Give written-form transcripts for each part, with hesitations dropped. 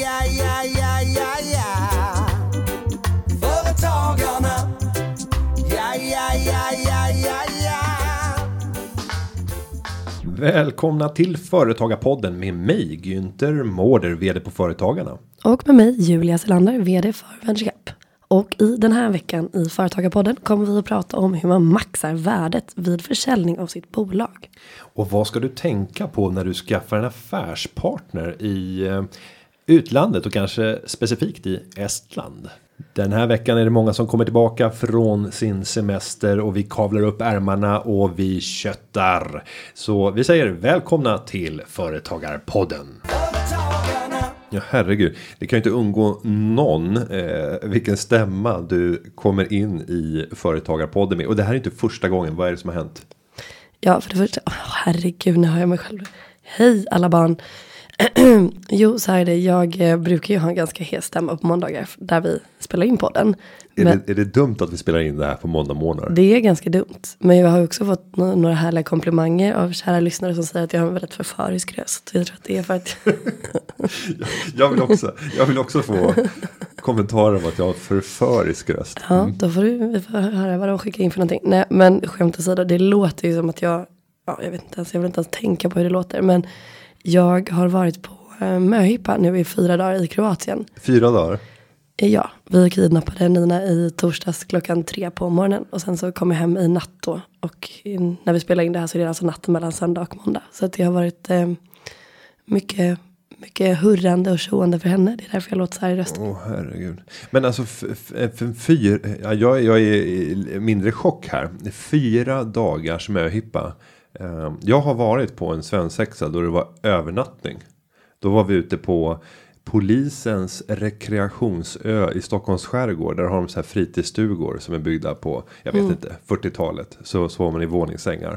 Företagarna. Välkomna till Företagarpodden med mig, Günther Mårder, vd på Företagarna. Och med mig, Julia Selander, vd för VentureCap. Och i den här veckan i Företagarpodden kommer vi att prata om hur man maxar värdet vid försäljning av sitt bolag. Och vad ska du tänka på när du skaffar en affärspartner i utlandet och kanske specifikt i Estland? Den här veckan är det många som kommer tillbaka från sin semester och vi kavlar upp ärmarna och vi köttar. Så vi säger välkomna till Företagarpodden. Ja, herregud. Det kan ju inte undgå någon vilken stämma du kommer in i Företagarpodden med. Och det här är inte första gången. Vad är det som har hänt? Ja, för det första. Herregud, nu har jag mig själv. Hej alla barn. Jo, så här är det. Jag brukar ju ha en ganska hes stämma på måndagar där vi spelar in podden. Är det dumt att vi spelar in det här på måndag morgon? Det är ganska dumt. Men jag har också fått några härliga komplimanger av kära lyssnare som säger att jag har en väldigt förförisk röst. Jag tror att det är för att... jag vill också få kommentarer om att jag har en förförisk röst. Ja, då får vi får höra vad de skickar in för någonting. Nej, men skämt åsido, det låter ju som att jag vet inte ens, jag vill inte ens tänka på hur det låter. Men jag har varit på möhippa nu i 4 dagar i Kroatien. 4 dagar? Ja, vi kidnappade Nina i torsdags 3:00 på morgonen. Och sen så kom jag hem i natt då. Och när vi spelar in det här så är det alltså natten mellan söndag och måndag. Så att det har varit mycket hurrande och tjoande för henne. Det är därför jag låter så här i rösten. Herregud. Men alltså, jag är i mindre chock här. 4 dagars möhippa. Jag har varit på en svensexa då det var övernattning. Då var vi ute på polisens rekreationsö i Stockholms skärgård. Där har de så här fritidsstugor som är byggda på, jag vet inte, 40-talet. Så var man i våningssängar.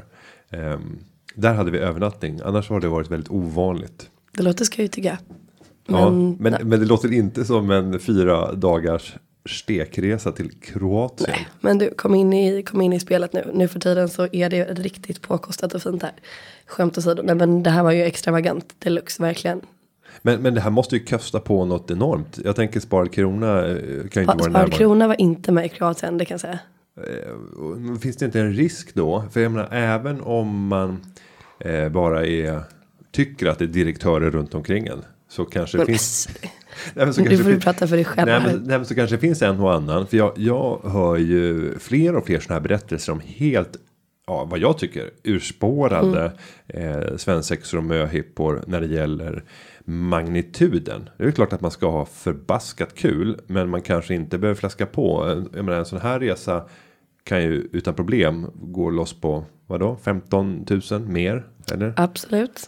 Där hade vi övernattning. Annars har det varit väldigt ovanligt. Det låter skojtiga. Men det låter inte som en 4 dagars stekresa till Kroatien. Nej, men du, kom in i spelet nu. Nu för tiden så är det riktigt påkostat och fint här. Skämt åsido. Nej, men det här var ju extravagant deluxe, verkligen. Men det här måste ju kosta på något enormt. Jag tänker Sparad Krona kan ju inte vara närmare. Sparad Krona var inte med i Kroatien, det kan jag säga. Finns det inte en risk då? För jag menar, även om man bara tycker att det är direktörer runt omkring en, så kanske det finns... Nej, men så du får du prata för dig själv. Nej, men så kanske det finns en och annan. För jag hör ju fler och fler sådana här berättelser om helt, vad jag tycker, urspårade svensexor och möhippor när det gäller magnituden. Det är ju klart att man ska ha förbaskat kul, men man kanske inte behöver flaska på. Jag menar, en sån här resa kan ju utan problem gå loss på, 15 000 mer, eller? Absolut.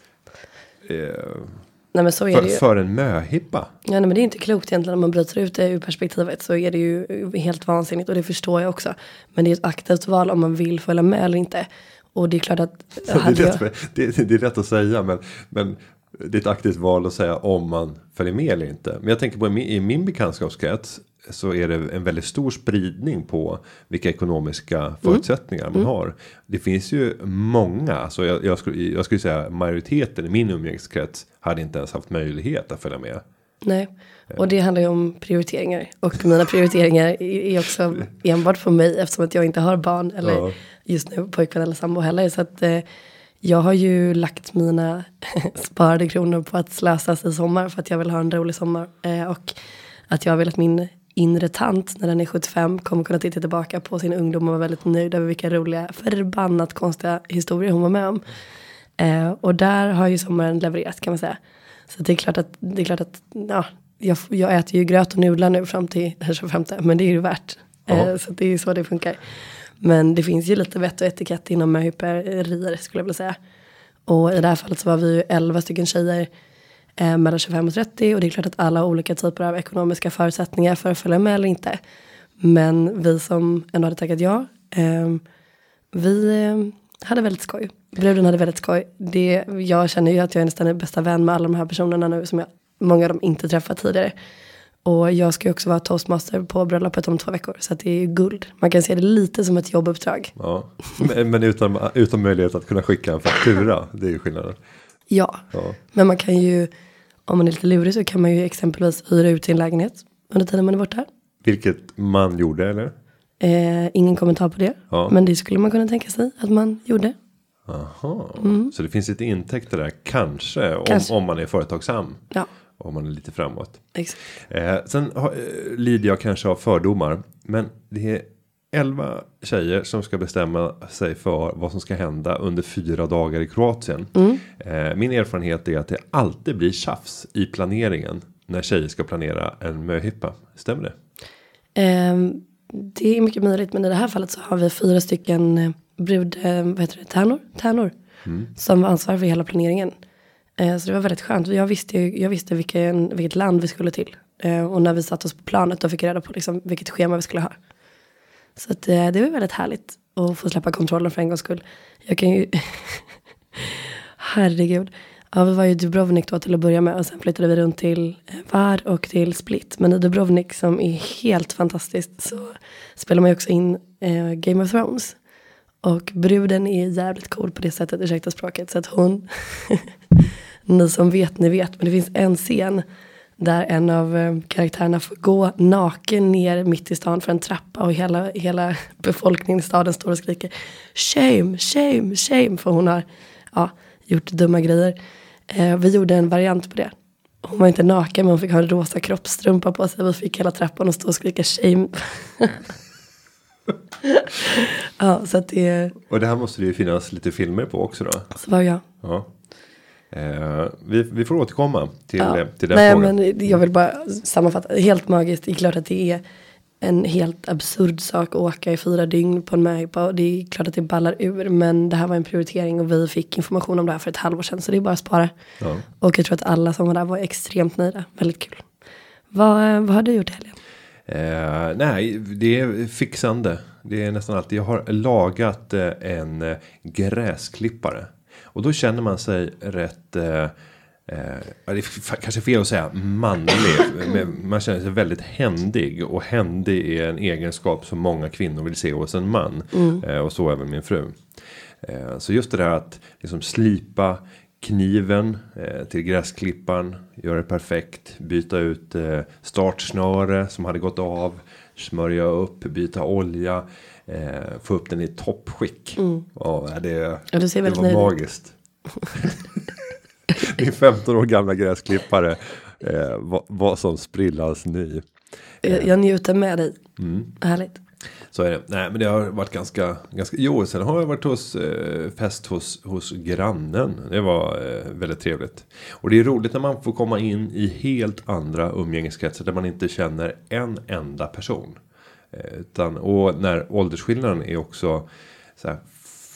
Nej, men så är det ju. För en möhippa. Ja, nej, men det är inte klokt egentligen. Om man bryter ut det ur perspektivet så är det ju helt vansinnigt. Och det förstår jag också. Men det är ett aktivt val om man vill följa med eller inte. Och det är klart att... Det är rätt att säga, men det är ett aktivt val att säga om man följer med eller inte. Men jag tänker på i min bekantskapskrets så är det en väldigt stor spridning på vilka ekonomiska förutsättningar man har. Det finns ju många, alltså jag skulle säga majoriteten i min umgängeskrets hade inte ens haft möjlighet att följa med. Nej, och det handlar ju om prioriteringar. Och mina prioriteringar är också enbart för mig eftersom att jag inte har barn eller just nu pojkvän eller sambo heller. Så att jag har ju lagt mina sparade kronor på att slösas i sommar för att jag vill ha en rolig sommar. Och att jag vill att min inre tant när den är 75 kommer kunna titta tillbaka på sin ungdom och vara väldigt nöjd över vilka roliga, förbannat konstiga historier hon var med om. Och där har ju sommaren levererat, kan man säga. Så det är klart att jag äter ju gröt och nudlar nu fram till den 25, men det är ju värt. Så det är ju så det funkar. Men det finns ju lite vett och etikett inom möhipperier, skulle jag vilja säga. Och i det här fallet så var vi ju 11 stycken tjejer mellan 25 och 30. Och det är klart att alla har olika typer av ekonomiska förutsättningar för att följa med eller inte. Men vi som ändå hade tackat ja, vi hade väldigt skoj. Bruden hade väldigt skoj. Jag känner ju att jag är nästan den bästa vän med alla de här personerna nu som många av dem inte träffat tidigare. Och jag ska ju också vara toastmaster på bröllopet om 2 veckor. Så att det är ju guld. Man kan se det lite som ett jobbuppdrag. Ja, men utan möjlighet att kunna skicka en faktura. Det är ju skillnaden. Ja, men man kan ju om man är lite lurig så kan man ju exempelvis hyra ut sin lägenhet under tiden man är borta. Vilket man gjorde, eller? Ingen kommentar på det. Ja. Men det skulle man kunna tänka sig att man gjorde. Aha. Så det finns lite intäkter där, kanske. Om man är företagsam. Ja. Om man är lite framåt. Exakt. Sen lider jag kanske av fördomar. Men det är 11 tjejer som ska bestämma sig för vad som ska hända under 4 dagar i Kroatien. Min erfarenhet är att det alltid blir tjafs i planeringen när tjejer ska planera en möhippa. Stämmer det? Det är mycket möjligt, men i det här fallet så har vi 4 stycken tärnor som var ansvar för hela planeringen. Så det var väldigt skönt. Jag visste vilket land vi skulle till. Och när vi satt oss på planet då fick jag reda på liksom vilket schema vi skulle ha. Så att, det var väldigt härligt att få släppa kontrollen för en gångs skull. Jag kan ju... Herregud. Ja, vi var ju i Dubrovnik då till att börja med. Och sen flyttade vi runt till Var och till Split. Men i Dubrovnik, som är helt fantastiskt, så spelar man ju också in Game of Thrones. Och bruden är jävligt cool på det sättet, ursäkta språket. Så att hon... ni som vet, ni vet. Men det finns en scen där en av karaktärerna får gå naken ner mitt i stan för en trappa. Och hela befolkningen i staden står och skriker shame, shame, shame. För hon har gjort dumma grejer. Vi gjorde en variant på det. Hon var inte naken, men hon fick ha en rosa kroppstrumpa på sig. Vi fick hela trappan och stå och skrika shame. Ja, så att det... Och det här måste det ju finnas lite filmer på också då. Så var jag. Ja. Vi får återkomma till den Nej, frågan. Men jag vill bara sammanfatta. Helt magiskt. Det är klart att det är en helt absurd sak att åka i 4 dygn på en möhippa. Och det är klart att det ballar ur. Men det här var en prioritering och vi fick information om det här för ett halvår sedan. Så det är bara att spara. Ja. Och jag tror att alla som var där var extremt nöjda. Väldigt kul. Vad har du gjort i helgen? Nej, det är fixande. Det är nästan alltid. Jag har lagat en gräsklippare. Och då känner man sig rätt... det är kanske fel att säga manlig. Man känner sig väldigt händig. Och händig är en egenskap som många kvinnor vill se hos en man. Och så även min fru. Så just det där att liksom slipa kniven till gräsklipparen. Göra det perfekt. Byta ut startsnöre som hade gått av. Smörja upp, byta olja. Få upp den i toppskick. Ja, det var magiskt. Min 15 år gamla gräsklippare var som sprillans ny. Jag njuter med dig. Härligt. Så är det. Nej, men det har varit ganska jo, sen har jag varit hos fest hos grannen. Det var väldigt trevligt. Och det är roligt när man får komma in i helt andra umgängeskretsar där man inte känner en enda person. Och när åldersskillnaden är också så här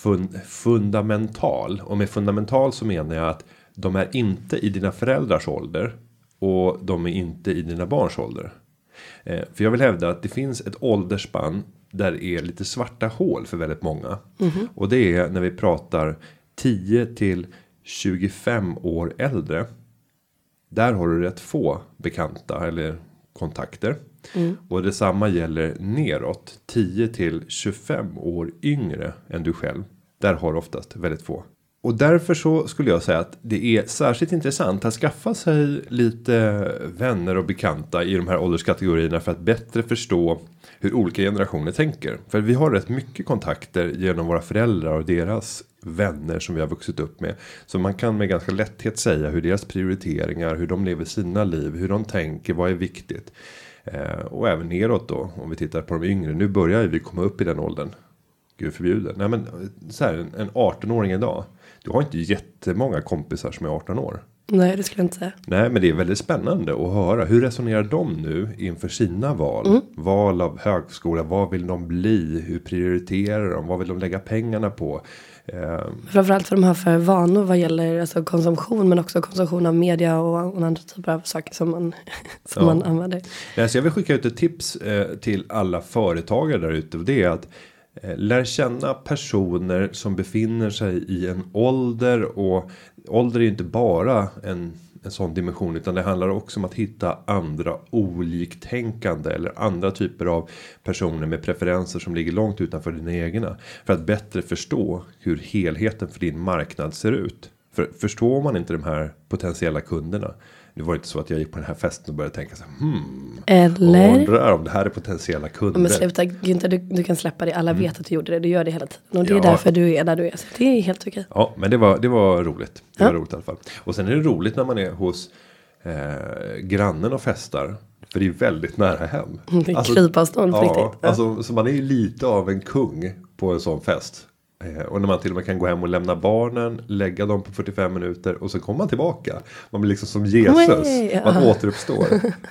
fundamental. Och med fundamental så menar jag att de är inte i dina föräldrars ålder. Och de är inte i dina barns ålder. För jag vill hävda att det finns ett åldersspann där det är lite svarta hål för väldigt många. Och det är när vi pratar 10 till 25 år äldre. Där har du rätt få bekanta eller kontakter. Och detsamma gäller neråt 10 till 25 år yngre än du själv. Där har du oftast väldigt få. Och därför så skulle jag säga att det är särskilt intressant att skaffa sig lite vänner och bekanta i de här ålderskategorierna för att bättre förstå hur olika generationer tänker. För vi har rätt mycket kontakter genom våra föräldrar och deras vänner som vi har vuxit upp med. Så man kan med ganska lätthet säga hur deras prioriteringar, hur de lever sina liv, hur de tänker, vad är viktigt. Och även neråt då, om vi tittar på de yngre. Nu börjar vi komma upp i den åldern. Gud förbjuder. Nej, men så här, en 18-åring idag. Du har inte jättemånga kompisar som är 18 år. Nej, det skulle jag inte säga. Nej, men det är väldigt spännande att höra. Hur resonerar de nu inför sina val? Val av högskola, vad vill de bli? Hur prioriterar de? Vad vill de lägga pengarna på? Framförallt för de har för vanor vad gäller alltså konsumtion, men också konsumtion av media och andra typer av saker som man använder. Ja, så jag vill skicka ut ett tips till alla företagare där ute, och det är att lär känna personer som befinner sig i en ålder, och ålder är ju inte bara en sån dimension, utan det handlar också om att hitta andra oliktänkande eller andra typer av personer med preferenser som ligger långt utanför dina egna, för att bättre förstå hur helheten för din marknad ser ut. För förstår man inte de här potentiella kunderna, Nu var det inte så att jag gick på den här festen och började tänka så här, Eller? undrar om det här är potentiella kunder. Men sluta, Günther, du kan släppa det. Alla vet att du gjorde det. Du gör det hela tiden. Och det är därför du är där du är. Så det är helt okej. Ja, men det var roligt. Det var roligt i alla fall. Och sen är det roligt när man är hos grannen och festar. För det är väldigt nära hem. Det är krypavstånd på riktigt. Ja. Alltså, så man är ju lite av en kung på en sån fest. Och när man till och med kan gå hem och lämna barnen, lägga dem på 45 minuter och så kommer man tillbaka. Man blir liksom som Jesus. Man återuppstår.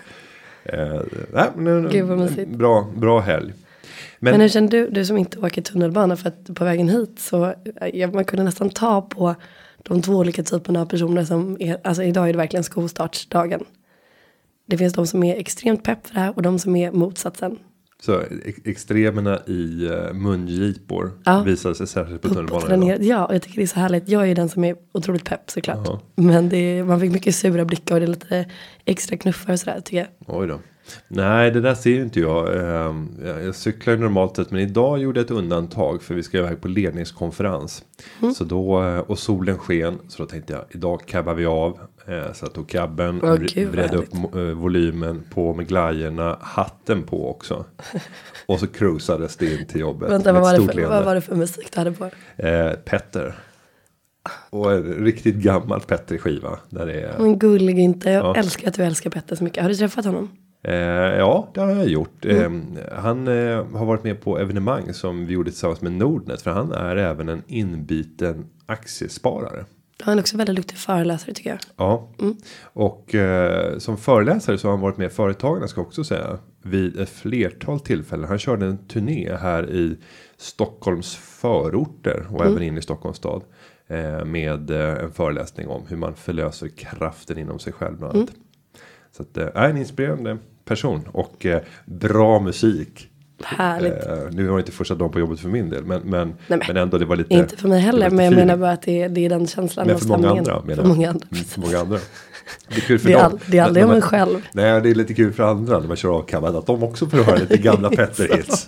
Bra helg. Men hur känner du som inte åker tunnelbana, för att på vägen hit så man kunde nästan ta på de två olika typerna av personer som är, alltså idag är det verkligen skolstartsdagen. Det finns de som är extremt pepp för det här och de som är motsatsen. Så extremerna i mungipor visar sig särskilt på tunnelbanan. Ja, och jag tycker det är så härligt. Jag är den som är otroligt pepp såklart. Men man fick mycket sura blickar och det är lite extra knuffar och sådär tycker jag. Oj då. Nej, det där ser ju inte jag. Jag cyklar ju normalt sett, men idag gjorde jag ett undantag för vi ska iväg på ledningskonferens. Så då, och solen sken, så då tänkte jag, idag cabbar vi av. Så jag tog cabben, vred upp volymen, på med glajjorna, hatten på också. Och så cruisades det in till jobbet. Vänta, vad var det för musik du hade på? Petter. Och en riktigt gammal Petter-skiva. Där det är... Men gullig inte, jag älskar att du älskar Petter så mycket. Har du träffat honom? Ja, det har jag gjort. Han har varit med på evenemang som vi gjorde tillsammans med Nordnet. För han är även en inbiten aktiesparare. Han är också väldigt duktig föreläsare tycker jag. Ja, och som föreläsare så har han varit med i Företagarna, ska jag också säga. Vid ett flertal tillfällen. Han körde en turné här i Stockholms förorter och även in i Stockholms stad. Med en föreläsning om hur man förlöser kraften inom sig själv bland annat. Så att det är en inspirerande person och bra musik. Härligt. Nu var det inte första dagen på jobbet för min del, men ändå det var lite. Inte för mig heller, men jag menar bara att det är den känslan. Men för många andra. För många andra. För många andra. Det är kul för dem. Det är aldrig om en själv. Nej, det är lite kul för andra när man kör av kammaren att de också får höra lite gamla Petter-hits.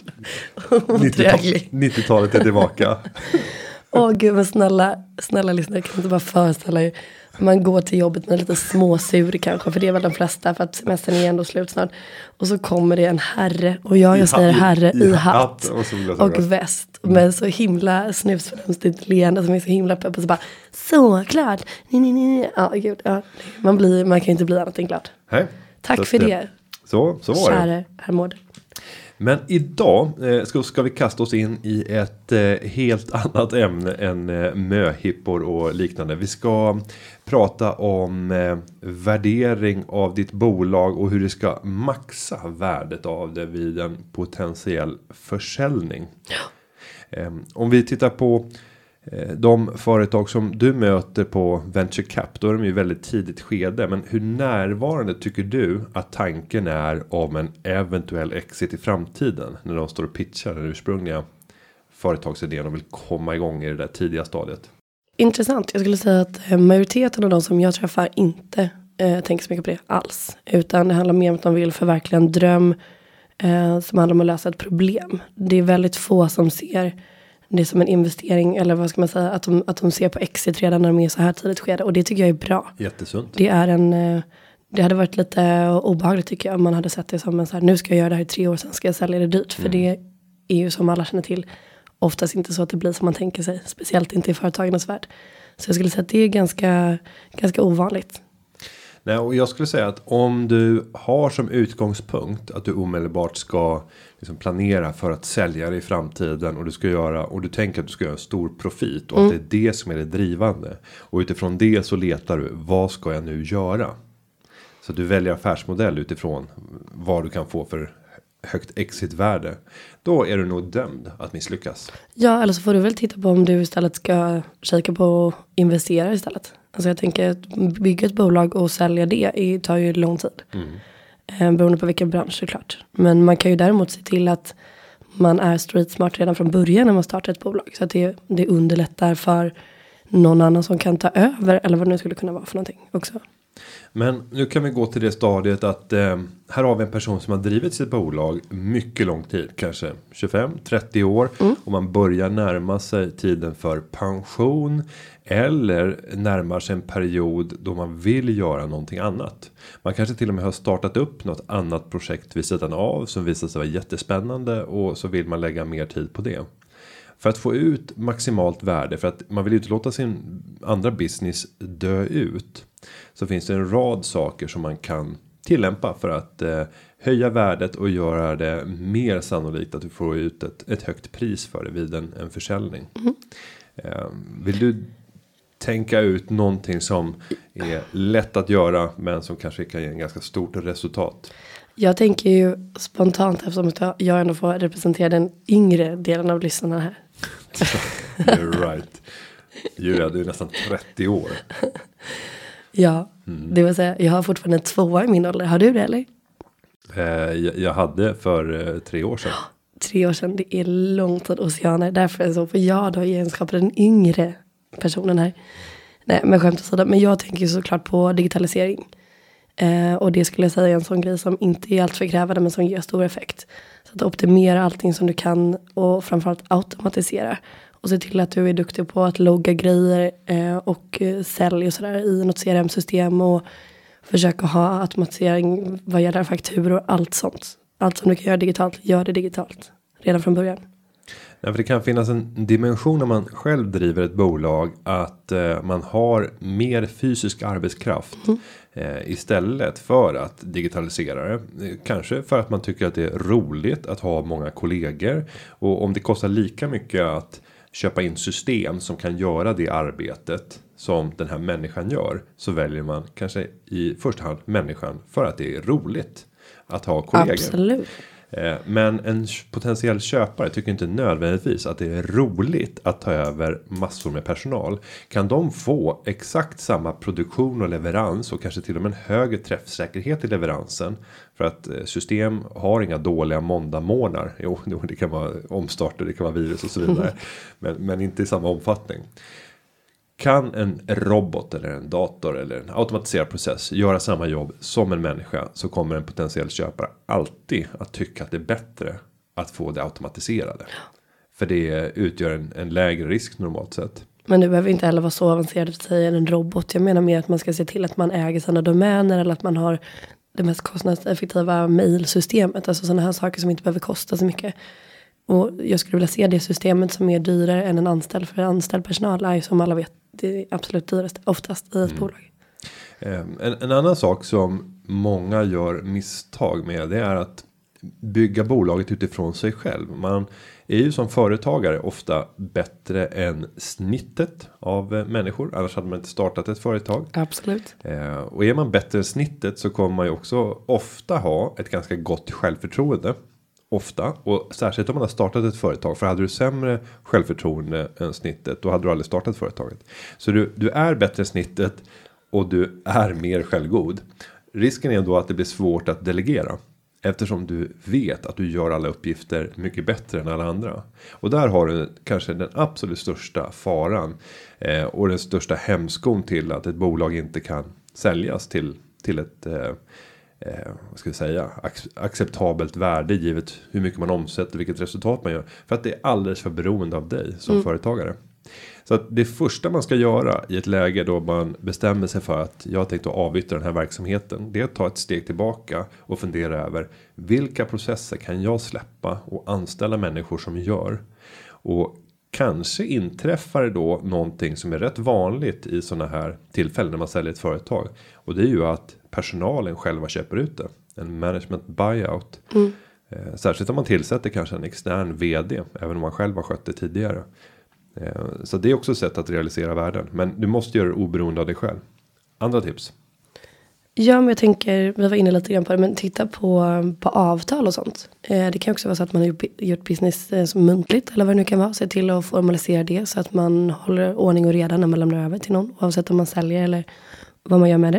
90-talet är tillbaka. Gud, men snälla lyssnare, kan inte bara föreställa er. Man går till jobbet med lite småsur kanske, för det är väl de flesta, för att semestern är ändå slut snart. Och så kommer det en herre, och jag säger herre i hatt och väst, med så himla snusförnumstigt leende som är så himla pepp, och så bara, så klart. Ja, gud, ja. Man kan ju inte bli annat än glad. Hej. Tack för det. Så var det. Kära herr Mård. Men idag ska vi kasta oss in i ett helt annat ämne än möhippor och liknande. Vi ska prata om värdering av ditt bolag och hur du ska maxa värdet av det vid en potentiell försäljning. Om vi tittar på de företag som du möter på Venture Cap, då är de ju väldigt tidigt skede. Men hur närvarande tycker du att tanken är om en eventuell exit i framtiden, när de står och pitchar den ursprungliga företagsidén och vill komma igång i det där tidiga stadiet? Intressant. Jag skulle säga att majoriteten av de som jag träffar inte tänker så mycket på det alls. Utan det handlar mer om att de vill förverkliga en dröm som handlar om att lösa ett problem. Det är väldigt få som ser det är som en investering, eller vad ska man säga, att de ser på exit redan när de är så här tidigt skede, och det tycker jag är bra. Jättesunt. Det hade varit lite obehagligt tycker jag om man hade sett det som en så här, nu ska jag göra det här i 3 år, sen ska jag sälja det dyrt, för det är ju som alla känner till oftast inte så att det blir som man tänker sig, speciellt inte i företagarnas värld. Så jag skulle säga att det är ganska ovanligt. Nej, och jag skulle säga att om du har som utgångspunkt att du omedelbart ska liksom planera för att sälja det i framtiden, och du tänker att du ska göra en stor profit och att det är det som är det drivande, och utifrån det så letar du, vad ska jag nu göra? Så du väljer affärsmodell utifrån vad du kan få för högt exitvärde. Då är du nog dömd att misslyckas. Ja, eller så får du väl titta på om du istället ska kika på att investera istället. Alltså jag tänker att bygga ett bolag och sälja det tar ju lång tid. Beroende på vilken bransch såklart. Men man kan ju däremot se till att man är street smart redan från början när man startar ett bolag. Så att det underlättar för någon annan som kan ta över, eller vad det nu skulle kunna vara för någonting också. Men nu kan vi gå till det stadiet att här har vi en person som har drivit sitt bolag mycket lång tid. Kanske 25-30 år. Och man börjar närma sig tiden för pension. Eller närmar sig en period då man vill göra någonting annat. Man kanske till och med har startat upp något annat projekt vid sidan av. Som visar sig vara jättespännande. Och så vill man lägga mer tid på det. För att få ut maximalt värde. För att man vill ju inte låta sin andra business dö ut. Så finns det en rad saker som man kan tillämpa för att höja värdet och göra det mer sannolikt att du får ut ett högt pris för det vid en försäljning. Vill du tänka ut någonting som är lätt att göra men som kanske kan ge en ganska stort resultat? Jag tänker ju spontant eftersom jag ändå får representera den yngre delen av lyssnarna här. You're right. Julia, du är nästan 30 år. Ja, det vill säga jag har fortfarande 2 i min ålder. Har du det eller? Jag hade för 3 år sedan. 3 år sedan, det är lång tid oceaner. Därför är det så, för jag då egenskapar den yngre personen här. Nej, men skämt åsido. Men jag tänker ju såklart på digitalisering. Och det skulle jag säga är en sån grej som inte är allt för krävande men som ger stor effekt. Så att optimera allting som du kan och framförallt automatisera. Och se till att du är duktig på att logga grejer och sälj och sådär i något CRM-system. Och försöka ha automatisering vad gäller fakturor och allt sånt. Allt som du kan göra digitalt, gör det digitalt. Redan från början. Ja, för det kan finnas en dimension när man själv driver ett bolag. Att man har mer fysisk arbetskraft. Istället för att digitalisera det. Kanske för att man tycker att det är roligt att ha många kollegor. Och om det kostar lika mycket att köpa in system som kan göra det arbetet som den här människan gör. Så väljer man kanske i första hand människan för att det är roligt att ha kollegor. Absolut. Men en potentiell köpare tycker inte nödvändigtvis att det är roligt att ta över massor med personal. Kan de få exakt samma produktion och leverans och kanske till och med en högre träffsäkerhet i leveransen. För att system har inga dåliga måndagmorgnar. Jo, det kan vara omstarter, det kan vara virus och så vidare. Men inte i samma omfattning. Kan en robot eller en dator eller en automatiserad process göra samma jobb som en människa, så kommer en potentiell köpare alltid att tycka att det är bättre att få det automatiserade. För det utgör en lägre risk normalt sett. Men det behöver inte heller vara så avancerat att säga en robot. Jag menar mer att man ska se till att man äger sina domäner eller att man har det mest kostnadseffektiva mailsystemet. Alltså sådana här saker som inte behöver kosta så mycket. Och jag skulle vilja se det systemet som är dyrare än en anställd. För en anställd personal är ju som alla vet det är absolut dyrast oftast i ett bolag. En annan sak som många gör misstag med, det är att bygga bolaget utifrån sig själv. Man är ju som företagare ofta bättre än snittet av människor. Annars hade man inte startat ett företag. Absolut. Och är man bättre än snittet så kommer man ju också ofta ha ett ganska gott självförtroende. Ofta, och särskilt om man har startat ett företag. För hade du sämre självförtroende än snittet, då hade du aldrig startat företaget. Så du är bättre än snittet och du är mer självgod. Risken är då att det blir svårt att delegera. Eftersom du vet att du gör alla uppgifter mycket bättre än alla andra. Och där har du kanske den absolut största faran. Och den största hämskon till att ett bolag inte kan säljas till ett vad ska vi säga, acceptabelt värde givet hur mycket man omsätter, vilket resultat man gör. För att det är alldeles för beroende av dig som företagare. Så att det första man ska göra i ett läge då man bestämmer sig för att jag har tänkt att avyttra den här verksamheten, det är att ta ett steg tillbaka och fundera över vilka processer kan jag släppa och anställa människor som gör. Och kanske inträffar det då någonting som är rätt vanligt i sådana här tillfällen när man säljer ett företag. Och det är ju att personalen själva köper ut det. En management buyout. Särskilt om man tillsätter kanske en extern vd. Även om man själv har skött det tidigare. Så det är också ett sätt att realisera värden. Men du måste göra det oberoende av dig själv. Andra tips? Ja, men jag tänker, vi var inne lite grann på det, men titta på avtal och sånt. Det kan också vara så att man har gjort business som muntligt eller vad det nu kan vara. Se till att formalisera det så att man håller ordning och reda när man lämnar över till någon. Oavsett om man säljer eller vad man gör med det.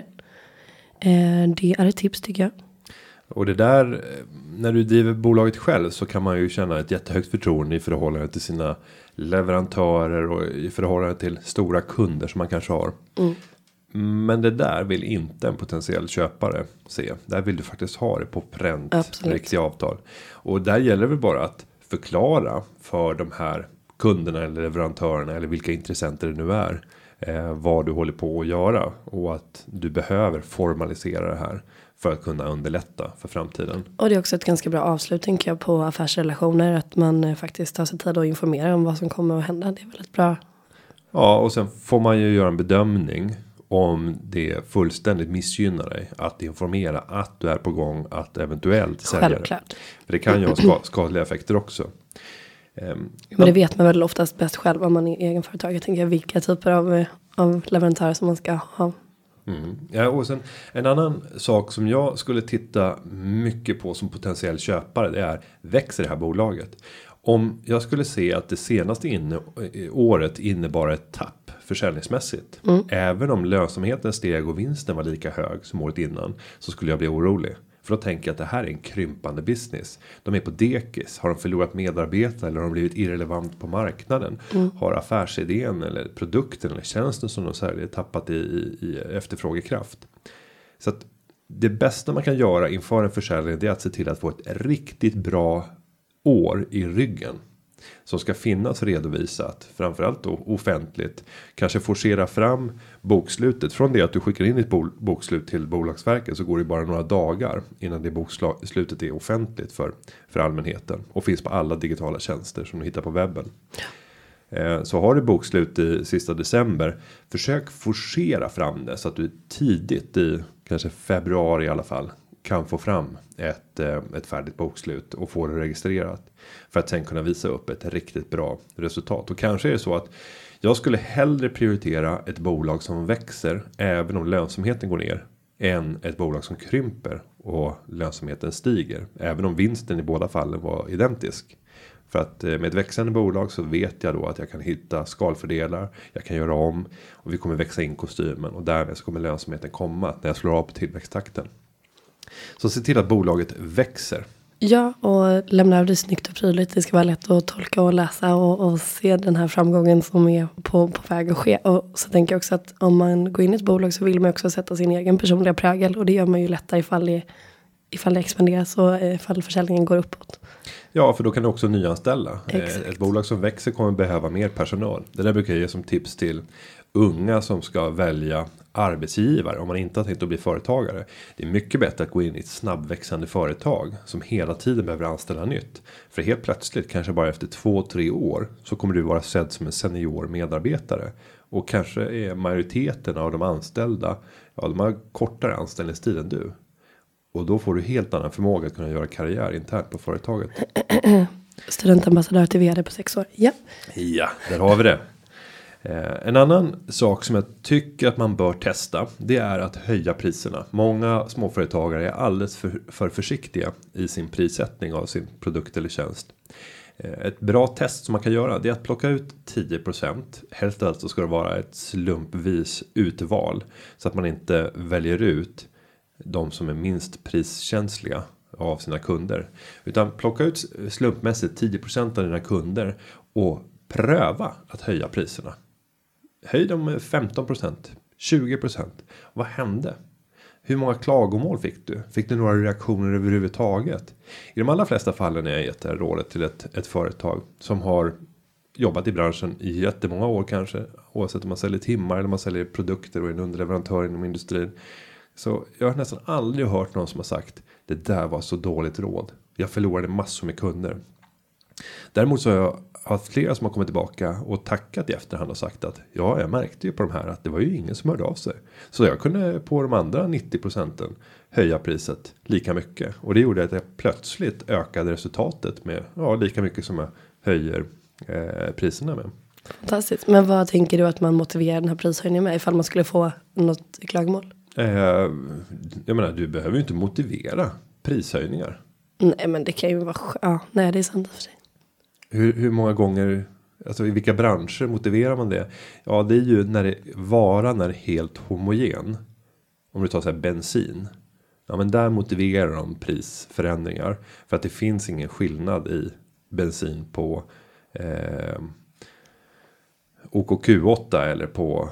Det är ett tips tycker jag. Och det där, när du driver bolaget själv så kan man ju känna ett jättehögt förtroende i förhållande till sina leverantörer och i förhållande till stora kunder som man kanske har. Men det där vill inte en potentiell köpare se. Där vill du faktiskt ha det på pränt, Absolut. riktiga avtal. Och där gäller det väl bara att förklara för de här kunderna eller leverantörerna eller vilka intressenter det nu är. Vad du håller på att göra och att du behöver formalisera det här för att kunna underlätta för framtiden. Och det är också ett ganska bra avslut tänker jag på affärsrelationer, att man faktiskt tar sig tid att informera om vad som kommer att hända. Det är väldigt bra. Ja, och sen får man ju göra en bedömning om det fullständigt missgynnar dig att informera att du är på gång att eventuellt sälja det. Självklart. För det kan ju ha skadliga effekter också. Men det vet man väl oftast bäst själv om man är egenföretagare. Tänker jag vilka typer av leverantörer som man ska ha. Ja, och sen en annan sak som jag skulle titta mycket på som potentiell köpare, det är, växer det här bolaget? Om jag skulle se att det senaste året innebar ett tapp försäljningsmässigt, även om lönsamheten steg och vinsten var lika hög som året innan, så skulle jag bli orolig. För då tänker jag att det här är en krympande business. De är på dekis. Har de förlorat medarbetare eller har de blivit irrelevant på marknaden? Har affärsidén eller produkten eller tjänsten som de säljer tappat i efterfrågekraft? Så att det bästa man kan göra inför en försäljning, det är att se till att få ett riktigt bra år i ryggen. Som ska finnas redovisat, framförallt då offentligt. Kanske forcera fram bokslutet. Från det att du skickar in ditt bokslut till Bolagsverket så går det bara några dagar innan det bokslutet är offentligt för allmänheten. Och finns på alla digitala tjänster som du hittar på webben. Så har du bokslut i sista december, försök forcera fram det så att du tidigt i kanske februari i alla fall kan få fram ett färdigt bokslut och få det registrerat för att sen kunna visa upp ett riktigt bra resultat. Och kanske är det så att jag skulle hellre prioritera ett bolag som växer även om lönsamheten går ner än ett bolag som krymper och lönsamheten stiger, även om vinsten i båda fallen var identisk. För att med ett växande bolag så vet jag då att jag kan hitta skalfördelar, jag kan göra om och vi kommer växa in kostymen och därmed så kommer lönsamheten komma när jag slår av på tillväxttakten. Så se till att bolaget växer. Ja, och lämna av det snyggt och prydligt. Det ska vara lätt att tolka och läsa och se den här framgången som är på väg att ske. Och så tänker jag också att om man går in i ett bolag så vill man också sätta sin egen personliga prägel. Och det gör man ju lättare ifall det expanderas och ifall försäljningen går uppåt. Ja, för då kan du också nyanställa. Exakt. Ett bolag som växer kommer behöva mer personal. Det där brukar jag ge som tips till unga som ska välja arbetsgivare om man inte har tänkt att bli företagare. Det är mycket bättre att gå in i ett snabbväxande företag som hela tiden behöver anställa nytt. För helt plötsligt, kanske bara efter 2-3 år, så kommer du vara sedd som en senior medarbetare. Och kanske är majoriteten av de anställda, ja, de har kortare anställningstid än du. Och då får du helt annan förmåga att kunna göra karriär internt på företaget. Studentambassadör till vd på 6 år. Ja. Ja, där har vi det. En annan sak som jag tycker att man bör testa, det är att höja priserna. Många småföretagare är alldeles för försiktiga i sin prissättning av sin produkt eller tjänst. Ett bra test som man kan göra, det är att plocka ut 10%. Helst alltså ska det vara ett slumpvis utval så att man inte väljer ut de som är minst priskänsliga av sina kunder. Utan plocka ut slumpmässigt 10% av dina kunder och pröva att höja priserna. Höj dem med 15%, 20%. Vad hände? Hur många klagomål fick du? Fick du några reaktioner överhuvudtaget? I de allra flesta fallen är jag gett det här rådet till ett företag som har jobbat i branschen i jättemånga år kanske. Oavsett om man säljer timmar eller man säljer produkter och är en underleverantör inom industrin. Så jag har nästan aldrig hört någon som har sagt det där var så dåligt råd. Jag förlorade massor med kunder. Däremot så har jag haft flera som har kommit tillbaka och tackat i efterhand och sagt att ja, jag märkte ju på de här att det var ju ingen som hörde av sig. Så jag kunde på de andra 90% höja priset lika mycket. Och det gjorde att jag plötsligt ökade resultatet med lika mycket som jag höjer priserna med. Fantastiskt. Men vad tänker du att man motiverar den här prishöjningen med ifall man skulle få något klagomål? Jag menar, du behöver ju inte motivera prishöjningar. Nej, men det kan ju vara... Ja, nej, det är sant för sig. Hur många gånger, alltså i vilka branscher motiverar man det? Ja, det är ju när varan är helt homogen. Om du tar så här bensin. Ja, men där motiverar de prisförändringar. För att det finns ingen skillnad i bensin på OKQ8 eller på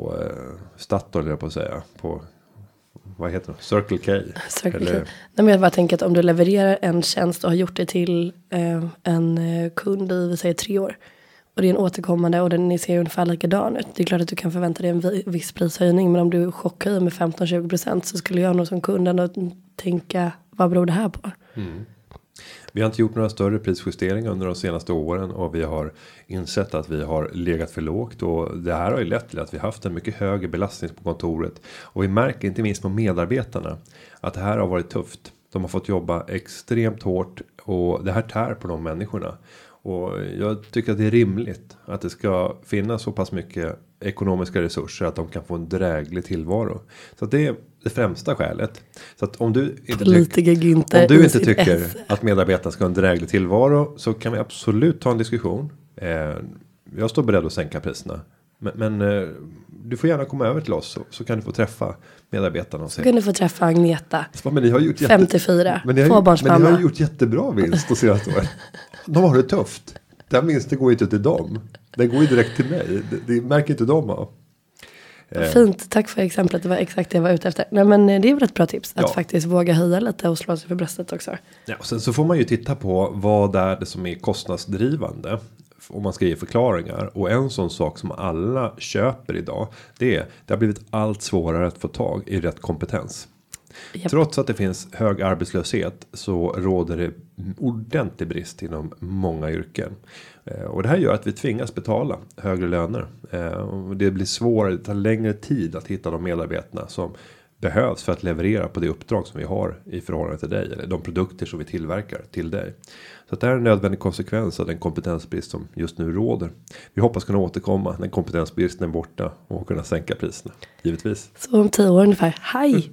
Statoil, eller på att säga, på vad heter det? Circle K. Nej, men jag bara tänker att om du levererar en tjänst och har gjort det till en kund i, vi säger 3 år. Och det är en återkommande och den ser ungefär likadan ut. Det är klart att du kan förvänta dig en viss prishöjning. Men om du chockhöjer med 15-20% så skulle jag nog som kund ändå tänka, vad beror det här på? Mm. Vi har inte gjort några större prisjusteringar under de senaste åren. Och vi har insett att vi har legat för lågt. Och det här har ju lett till att vi haft en mycket högre belastning på kontoret. Och vi märker inte minst på medarbetarna att det här har varit tufft. De har fått jobba extremt hårt. Och det här tär på de människorna. Och jag tycker att det är rimligt att det ska finnas så pass mycket ekonomiska resurser att de kan få en dräglig tillvaro. Så att det är det främsta skälet. Så att om du inte tycker att medarbetarna ska ha en dräglig tillvaro, så kan vi absolut ta en diskussion. Jag står beredd att sänka priserna. Men du får gärna komma över till oss så kan du få träffa medarbetarna. Och så kan du få träffa Agneta. Men ni har gjort 54, tvåbarnsmamma. Men ni har gjort jättebra vinst de senaste åren. De har det tufft. Den vinsten går inte till dem. Den går ju direkt till mig. Det märker inte de av. Fint, tack för exemplet. Det var exakt det jag var ute efter. Nej, men det är väl ett bra tips. Att faktiskt våga höja lite och slå sig för bröstet också. Ja, och sen så får man ju titta på vad är det som är kostnadsdrivande. Om man ska ge förklaringar. Och en sån sak som alla köper idag. Det har blivit allt svårare att få tag i rätt kompetens. Yep. Trots att det finns hög arbetslöshet så råder det ordentlig brist inom många yrken. Och det här gör att vi tvingas betala högre löner. Och det blir svårare, det tar längre tid att hitta de medarbetarna som behövs för att leverera på det uppdrag som vi har i förhållande till dig. Eller de produkter som vi tillverkar till dig. Så att det här är en nödvändig konsekvens av den kompetensbrist som just nu råder. Vi hoppas kunna återkomma när kompetensbristen är borta och kunna sänka priserna, givetvis. Så om 10 år ungefär, hej!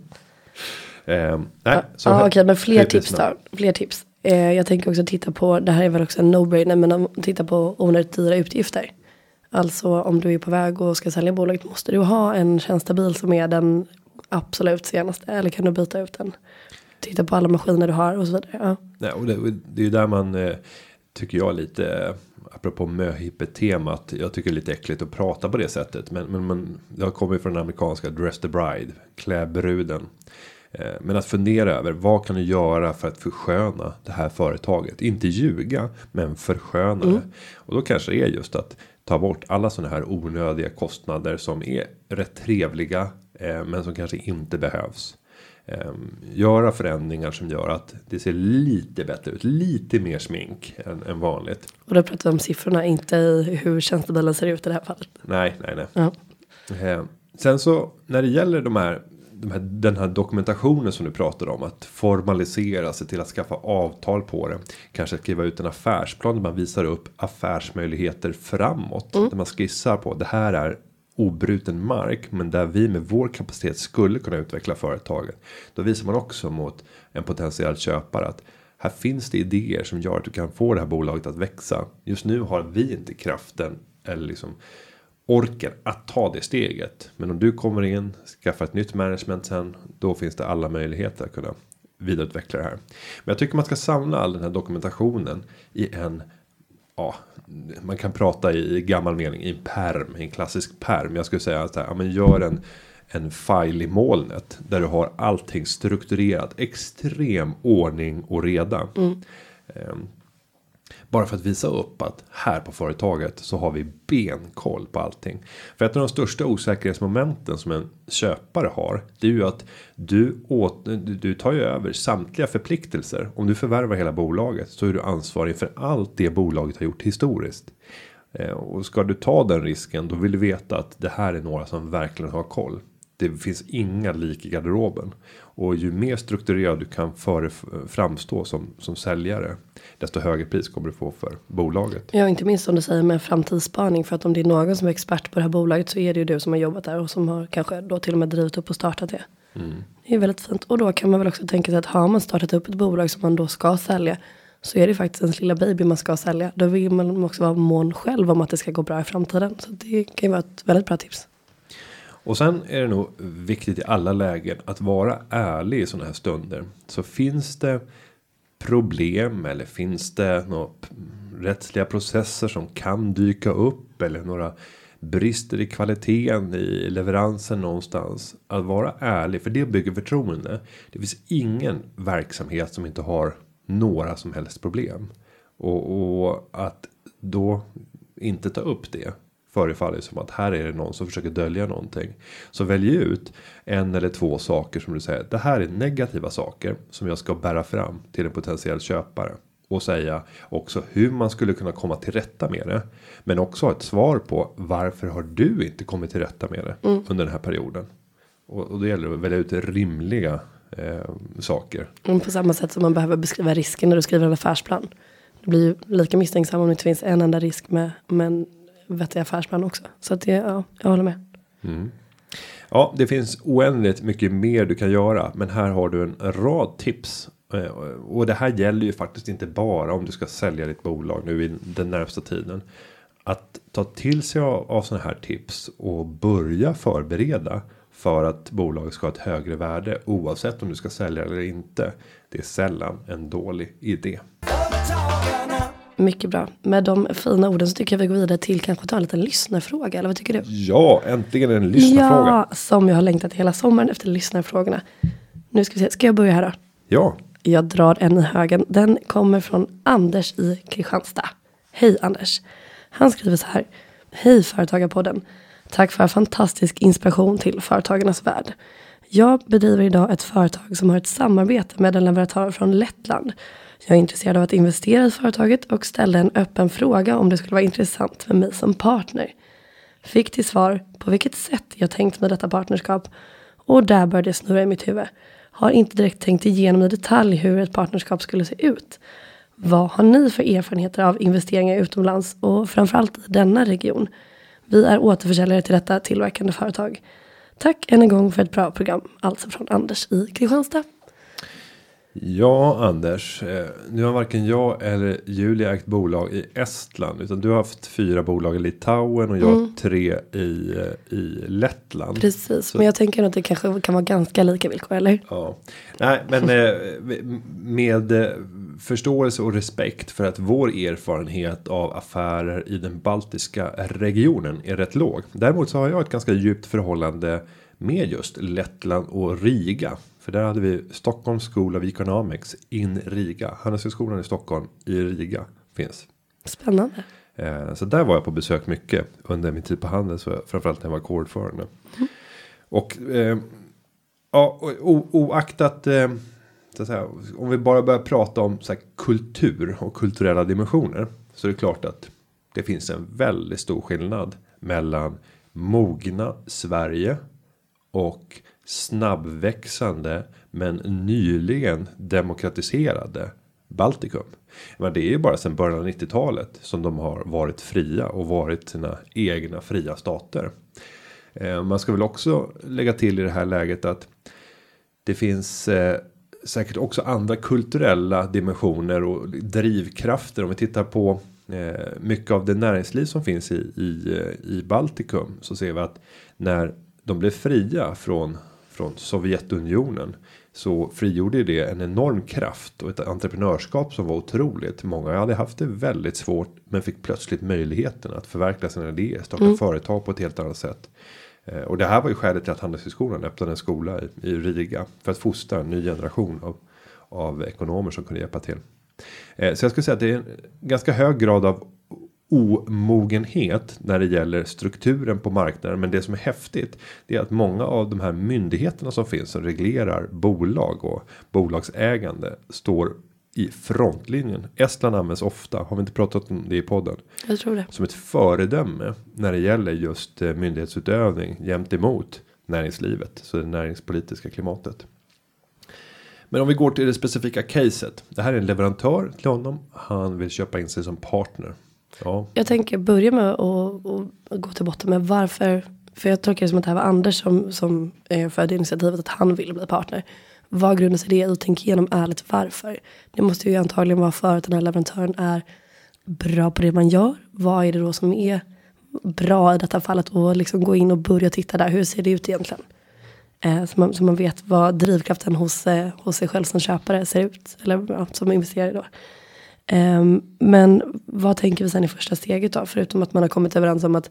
Okej, men fler tips då. Fler tips. Jag tänker också titta på, det här är väl också en no-brainer, men titta på onödigt dyra utgifter. Alltså om du är på väg och ska sälja bolaget, måste du ha en tjänstebil som är den absolut senaste, eller kan du byta ut den? Titta på alla maskiner du har och så vidare. Ja. Nej, och det är ju där man tycker jag lite, apropå möhippet-temat, jag tycker det är lite äckligt att prata på det sättet. Men det har kommit från den amerikanska Dress the Bride, klä bruden. Men att fundera över vad kan du göra för att försköna det här företaget. Inte ljuga, men försköna det. Och då kanske det är just att ta bort alla sådana här onödiga kostnader som är rätt trevliga, men som kanske inte behövs. Göra förändringar som gör att det ser lite bättre ut. Lite mer smink än vanligt. Och då pratar vi om siffrorna, inte hur tjänstebilen ser ut i det här fallet. Nej. Ja. Sen så när det gäller den här dokumentationen som du pratade om, att formalisera sig till att skaffa avtal på det, kanske skriva ut en affärsplan där man visar upp affärsmöjligheter framåt, där man skissar på det här är obruten mark, men där vi med vår kapacitet skulle kunna utveckla företaget. Då visar man också mot en potentiell köpare att här finns det idéer som gör att du kan få det här bolaget att växa. Just nu har vi inte kraften eller liksom orken att ta det steget. Men om du kommer in, skaffar ett nytt management sen, då finns det alla möjligheter att kunna vidareutveckla det här. Men jag tycker man ska samla all den här dokumentationen i en, man kan prata i gammal mening, i en perm, i en klassisk perm. Jag skulle säga att men gör en file i molnet där du har allting strukturerat, extrem ordning och reda. Bara för att visa upp att här på företaget så har vi benkoll på allting. För ett av de största osäkerhetsmomenten som en köpare har, det är ju att du tar ju över samtliga förpliktelser. Om du förvärvar hela bolaget så är du ansvarig för allt det bolaget har gjort historiskt. Och ska du ta den risken, då vill du veta att det här är några som verkligen har koll. Det finns inga lik i garderoben. Och ju mer strukturerad du kan framstå som säljare, desto högre pris kommer du få för bolaget. Ja, inte minst som du säger med framtidsspaning. För att om det är någon som är expert på det här bolaget så är det ju du som har jobbat där och som har kanske då till och med drivit upp och startat det. Det är väldigt fint. Och då kan man väl också tänka sig att har man startat upp ett bolag som man då ska sälja, så är det faktiskt ens lilla baby man ska sälja. Då vill man också vara mån själv om att det ska gå bra i framtiden. Så det kan ju vara ett väldigt bra tips. Och sen är det nog viktigt i alla lägen att vara ärlig i sådana här stunder. Så finns det problem eller finns det några rättsliga processer som kan dyka upp eller några brister i kvaliteten i leveransen någonstans. Att vara ärlig, för det bygger förtroende. Det finns ingen verksamhet som inte har några som helst problem. Och att då inte ta upp det förefaller som att här är det någon som försöker dölja någonting. Så välj ut en eller två saker som du säger. Det här är negativa saker som jag ska bära fram till en potentiell köpare. Och säga också hur man skulle kunna komma till rätta med det. Men också ha ett svar på varför har du inte kommit till rätta med det under den här perioden. Och det gäller att välja ut rimliga saker. På samma sätt som man behöver beskriva risken när du skriver en affärsplan. Det blir ju lika misstänksam om det inte finns en enda risk med en vettig affärsplan också. Så att jag håller med. Ja, det finns oändligt mycket mer du kan göra. Men här har du en rad tips. Och det här gäller ju faktiskt inte bara om du ska sälja ditt bolag nu i den närmsta tiden. Att ta till sig av sådana här tips och börja förbereda för att bolaget ska ha ett högre värde oavsett om du ska sälja eller inte. Det är sällan en dålig idé. Mycket bra. Med de fina orden så tycker jag vi går vidare till kanske ta en liten lyssnarfråga. Eller vad tycker du? Ja, äntligen en lyssnarfråga. Ja, som jag har längtat hela sommaren efter lyssnarfrågorna. Nu ska vi se, ska jag börja här då? Ja. Jag drar en i högen. Den kommer från Anders i Kristianstad. Hej Anders. Han skriver så här. Hej Företagarpodden. Tack för fantastisk inspiration till företagarnas värld. Jag bedriver idag ett företag som har ett samarbete med en leverantör från Lettland. Jag är intresserad av att investera i företaget och ställde en öppen fråga om det skulle vara intressant för mig som partner. Fick till svar på vilket sätt jag tänkt med detta partnerskap. Och där började det snurra i mitt huvud. Har inte direkt tänkt igenom i detalj hur ett partnerskap skulle se ut. Vad har ni för erfarenheter av investeringar utomlands och framförallt i denna region? Vi är återförsäljare till detta tillverkande företag. Tack än en gång för ett bra program. Alltså från Anders i Kristianstad. Ja, Anders. Nu har varken jag eller Julia ägt bolag i Estland. Utan du har haft 4 bolag i Litauen och jag 3 i Lettland. Precis, så. Men jag tänker att det kanske kan vara ganska lika villkor, eller? Ja. Nej, men med förståelse och respekt för att vår erfarenhet av affärer i den baltiska regionen är rätt låg. Däremot så har jag ett ganska djupt förhållande med just Lettland och Riga. För där hade vi Stockholm School of Economics in Riga. Handelshögskolan i Stockholm i Riga finns. Spännande. Så där var jag på besök mycket under min tid på Handels. Framförallt när jag var kårordförande. Och oaktat så att säga, om vi bara börjar prata om så här, kultur och kulturella dimensioner. Så är det klart att det finns en väldigt stor skillnad mellan mogna Sverige och snabbväxande men nyligen demokratiserade Baltikum. Men det är ju bara sedan början av 90-talet som de har varit fria och varit sina egna fria stater. Man ska väl också lägga till i det här läget att det finns säkert också andra kulturella dimensioner och drivkrafter. Om vi tittar på mycket av det näringsliv som finns i Baltikum så ser vi att när de blev fria från Sovjetunionen så frigjorde det en enorm kraft och ett entreprenörskap som var otroligt. Många hade haft det väldigt svårt men fick plötsligt möjligheten att förverkliga sina idéer, starta företag på ett helt annat sätt. Och det här var ju skälet till att Handelshögskolan öppnade en skola i Riga för att fostra en ny generation av ekonomer som kunde hjälpa till. Så jag skulle säga att det är en ganska hög grad av omogenhet när det gäller strukturen på marknaden. Men det som är häftigt det är att många av de här myndigheterna som finns som reglerar bolag och bolagsägande står i frontlinjen. Estland används ofta, har vi inte pratat om det i podden? Jag tror det. Som ett föredöme när det gäller just myndighetsutövning jämt emot näringslivet. Så det näringspolitiska klimatet. Men om vi går till det specifika caset. Det här är en leverantör till honom. Han vill köpa in sig som partner. Ja. Jag tänker börja med att gå till botten med varför. För jag tolkar det som att det här var Anders som förde initiativet att han ville bli partner. Vad grundar sig det? Och tänk igenom ärligt varför. Det måste ju antagligen vara för att den här leverantören är bra på det man gör. Vad är det då som är bra i detta fallet? Och liksom gå in och börja titta där. Hur ser det ut egentligen? Så man vet vad drivkraften hos sig själv som köpare ser ut. Eller som investerare då. Men vad tänker vi sen i första steget då? Förutom att man har kommit överens om att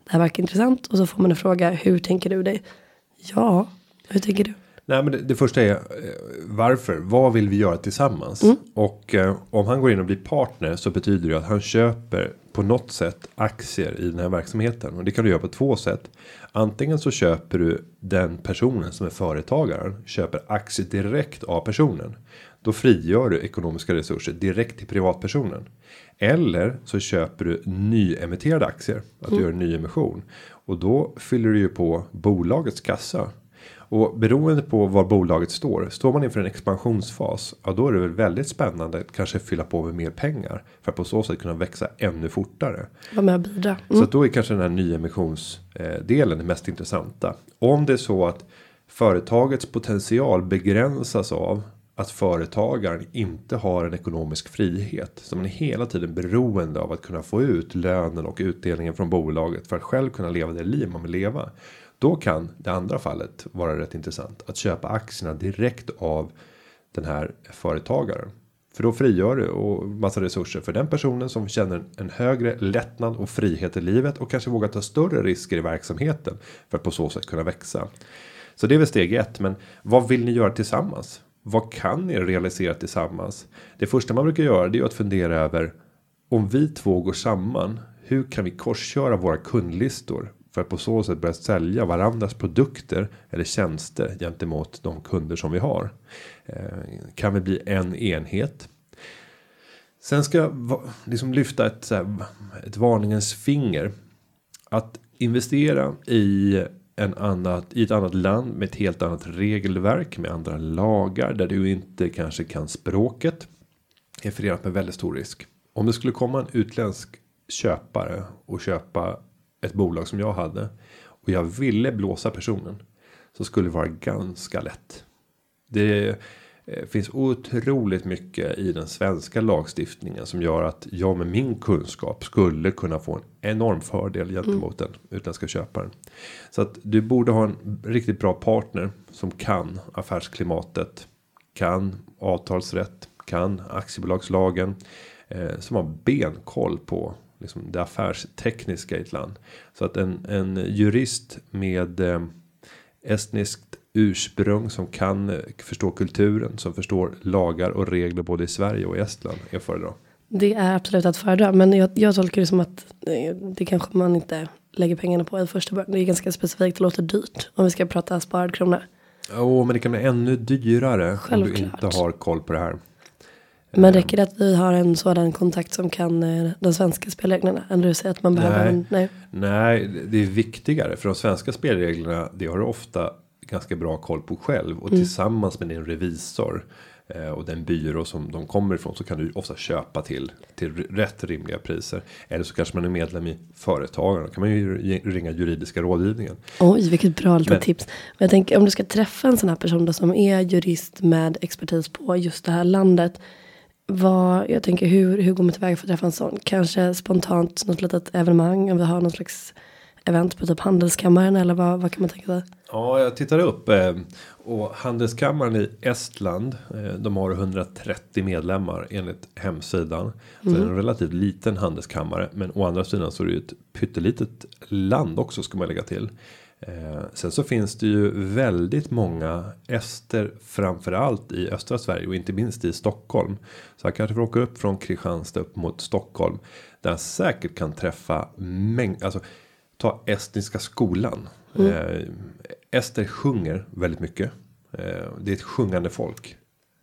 det här verkar intressant. Och så får man en fråga, hur tänker du dig? Ja, hur tänker du? Nej, men det första är varför? Vad vill vi göra tillsammans? Och om han går in och blir partner så betyder det att han köper på något sätt aktier i den här verksamheten. Och det kan du göra på 2 sätt. Antingen så köper du den personen som är företagaren. Köper aktier direkt av personen. Då frigör du ekonomiska resurser direkt till privatpersonen. Eller så köper du nyemitterade aktier. Att du gör en ny emission. Och då fyller du ju på bolagets kassa. Och beroende på var bolaget står man inför en expansionsfas, ja då är det väl väldigt spännande att kanske fylla på med mer pengar för att på så sätt kunna växa ännu fortare. Vad med att bidra. Så att då är kanske den här nyemissionsdelen det mest intressanta. Om det är så att företagets potential begränsas av att företagaren inte har en ekonomisk frihet. Så man är hela tiden beroende av att kunna få ut lönen och utdelningen från bolaget för att själv kunna leva det liv man vill leva. Då kan det andra fallet vara rätt intressant. Att köpa aktierna direkt av den här företagaren. För då frigör du och massa resurser för den personen som känner en högre lättnad och frihet i livet. Och kanske vågar ta större risker i verksamheten för att på så sätt kunna växa. Så det är väl steg 1. Men vad vill ni göra tillsammans? Vad kan ni realisera tillsammans? Det första man brukar göra det är att fundera över om vi 2 går samman. Hur kan vi korsköra våra kundlistor? För att på så sätt börja sälja varandras produkter eller tjänster gentemot de kunder som vi har. Kan vi bli en enhet? Sen ska jag liksom lyfta ett varningens finger. Att investera i ett annat land med ett helt annat regelverk. Med andra lagar där du inte kanske kan språket. Är förenat med väldigt stor risk. Om det skulle komma en utländsk köpare och köpa ett bolag som jag hade och jag ville blåsa personen så skulle det vara ganska lätt. Det finns otroligt mycket i den svenska lagstiftningen som gör att jag med min kunskap skulle kunna få en enorm fördel gentemot den utländska köparen. Så att du borde ha en riktigt bra partner som kan affärsklimatet, kan avtalsrätt, kan aktiebolagslagen, som har benkoll på liksom det affärstekniska i ett land. Så att en jurist med estniskt ursprung som kan förstå kulturen, som förstår lagar och regler både i Sverige och i Estland är föredra. Det är absolut att föredra, men jag tolkar det som att det kanske man inte lägger pengarna på i första början. Det är ganska specifikt, det låter dyrt om vi ska prata sparad krona. Men det kan bli ännu dyrare. Självklart. Om du inte har koll på det här. Men räcker det att vi har en sådan kontakt som kan de svenska spelreglerna? Eller du säger att man behöver Nej, det är viktigare. För de svenska spelreglerna, det har du ofta ganska bra koll på själv. Och tillsammans med din revisor och den byrå som de kommer ifrån så kan du ofta köpa till rätt rimliga priser. Eller så kanske man är medlem i företagen. Då kan man ju ringa juridiska rådgivningen. Oj, vilket bra tips. Men jag tänker, om du ska träffa en sån här person då, som är jurist med expertis på just det här landet. Jag tänker, hur går man tillväga för att träffa en sån? Kanske spontant något litet evenemang, om vi har någon slags event på typ Handelskammaren, eller vad kan man tänka sig? Ja, jag tittar upp och Handelskammaren i Estland, de har 130 medlemmar enligt hemsidan. Så det är en relativt liten handelskammare, men å andra sidan så är det ju ett pyttelitet land också, ska man lägga till. Sen så finns det ju väldigt många ester framförallt i östra Sverige och inte minst i Stockholm. Så jag kanske får åka upp från Kristianstad upp mot Stockholm där jag säkert kan träffa alltså ta estniska skolan. Ester sjunger väldigt mycket. Det är ett sjungande folk.